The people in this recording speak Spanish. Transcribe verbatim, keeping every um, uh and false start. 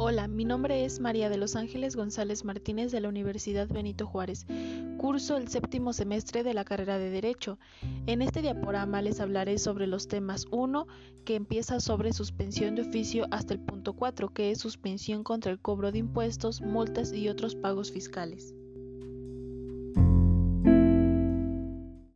Hola, mi nombre es María de los Ángeles González Martínez de la Universidad Benito Juárez. Curso el séptimo semestre de la carrera de Derecho. En este diaporama les hablaré sobre los temas uno, que empieza sobre suspensión de oficio, hasta el punto cuatro, que es suspensión contra el cobro de impuestos, multas y otros pagos fiscales.